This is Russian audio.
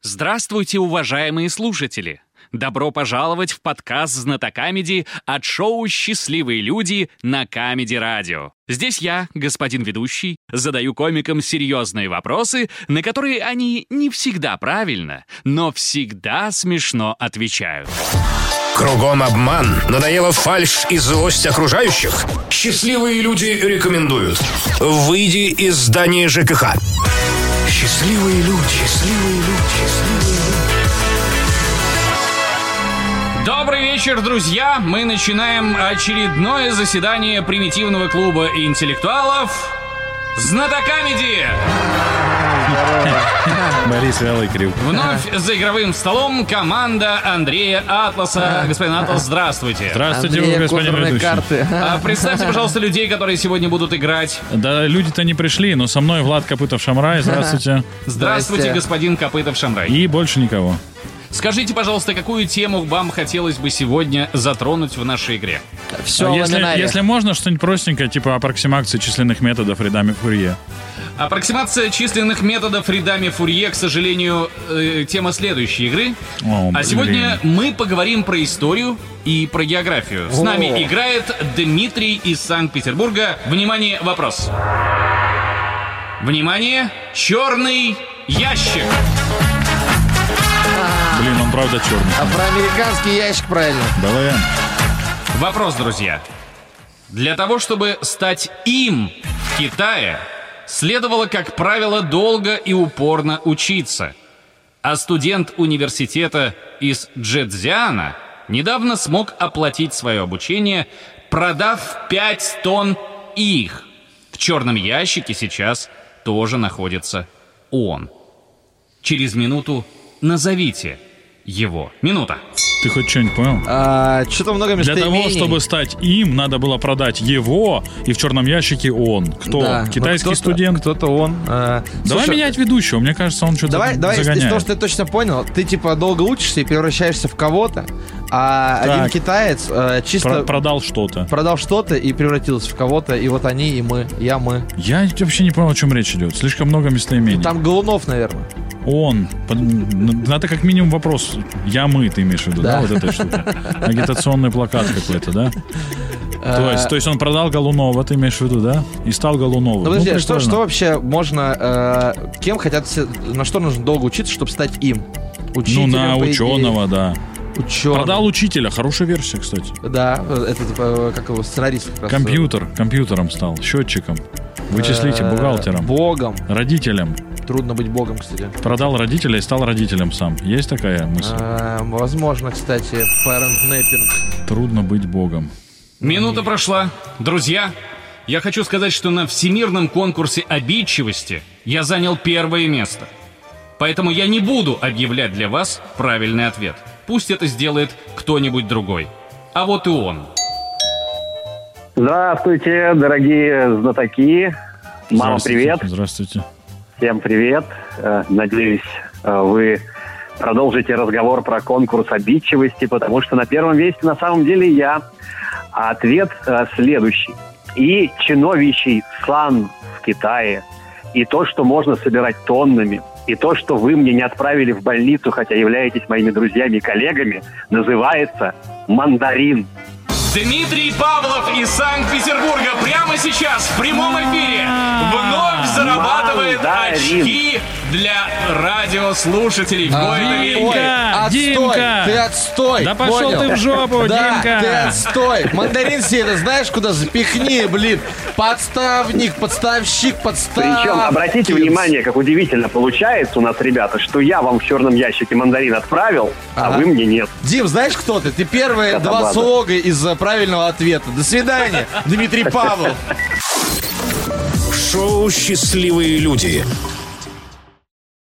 Здравствуйте, уважаемые слушатели! Добро пожаловать в подкаст «Знатокамеди» от шоу «Счастливые люди» на Камеди Радио. Здесь я, господин ведущий, задаю комикам серьезные вопросы, на которые они не всегда правильно, но всегда смешно отвечают. Кругом обман, надоела фальшь и злость окружающих. Счастливые люди рекомендуют: выйди из здания ЖКХ. Счастливые люди, счастливые люди, счастливые люди. Добрый вечер, друзья! Мы начинаем очередное заседание примитивного клуба интеллектуалов «Знатокамеди». Борис Вялый Крюк. Вновь за игровым столом команда Андрея Атласа. Господин Атлас, здравствуйте. Здравствуйте, господин ведущий. Карты. Представьте, пожалуйста, людей, которые сегодня будут играть. Да, люди-то не пришли, но со мной Влад Копытов-Шамрай. Здравствуйте. Здравствуйте, господин Копытов-Шамрай. И больше никого. Скажите, пожалуйста, какую тему вам хотелось бы сегодня затронуть в нашей игре? Все, если можно, что-нибудь простенькое, типа аппроксимации численных методов рядами Фурье. Аппроксимация численных методов рядами Фурье, к сожалению, тема следующей игры. Сегодня мы поговорим про историю и про географию. С нами играет Дмитрий из Санкт-Петербурга. Внимание, вопрос. Внимание, черный ящик. Блин, он правда черный. А про американский ящик правильно. Давай. Вопрос, друзья. Для того, чтобы стать им в Китае, следовало, как правило, долго и упорно учиться. А студент университета из Джэцзяна недавно смог оплатить свое обучение, продав 5 тонн их. В черном ящике сейчас тоже находится он. Через минуту назовите его. Минута. Ты хоть что-нибудь понял? Что-то много Для местоимений. того, чтобы стать им, надо было продать его, и в черном ящике он. Кто? Да, Китайский студент? Кто-то он. Давай менять ведущего, мне кажется, он что-то Давай, загоняет. из того, что ты точно понял, ты типа долго учишься и превращаешься в кого-то, а Так. один китаец чисто Продал что-то. продал что-то и превратился в кого-то, и вот они, и мы, мы. Я вообще не понял, о чем речь идет. Слишком много местоимений. Там Голунов, наверное. Он. Надо как минимум вопрос. Мы, ты имеешь в виду, да, вот эта штука? Агитационный плакат какой-то, да? То есть он продал Голунова, ты имеешь в виду, да? И стал Голуновым. Ну, подожди, что прикольно. вообще можно... кем хотят... На что нужно долго учиться, чтобы стать им? Учителем, на по идее. ученого, да. Ученым. Продал учителя. Хорошая версия, кстати. Да, это типа, как его, сценарист как раз. Компьютером стал, счетчиком, вычислителем, бухгалтером, Богом. родителем. Трудно быть богом, кстати. Продал родителя и стал родителем сам. Есть такая мысль? Возможно, кстати, парент-нэппинг. Трудно быть богом. Минута прошла. Друзья, я хочу сказать, что на всемирном конкурсе обидчивости я занял первое место. Поэтому я не буду объявлять для вас правильный ответ. Пусть это сделает кто-нибудь другой. А вот и он. Здравствуйте, дорогие знатоки. Мама, привет. Здравствуйте. Всем привет. Надеюсь, вы продолжите разговор про конкурс обидчивости, потому что на первом месте на самом деле я. А ответ следующий. И чиновичий сан в Китае, и то, что можно собирать тоннами, и то, что вы мне не отправили в больницу, хотя являетесь моими друзьями и коллегами, называется мандарин. Дмитрий Павлов из Санкт-Петербурга прямо сейчас в прямом эфире вновь зарабатывает очки для радиослушателей. Димка! Ты отстой! Да пошел понял? ты в жопу, Да, Димка! ты отстой! Мандарин себе, это знаешь, куда запихни, блин! Подставник, подставщик, Причем, обратите внимание, как удивительно получается у нас, ребята, что я вам в черном ящике мандарин отправил, а вы мне нет. Дим, знаешь, кто ты? Ты первые два слога из правильного ответа. До свидания, Дмитрий Павлов. Шоу «Счастливые люди».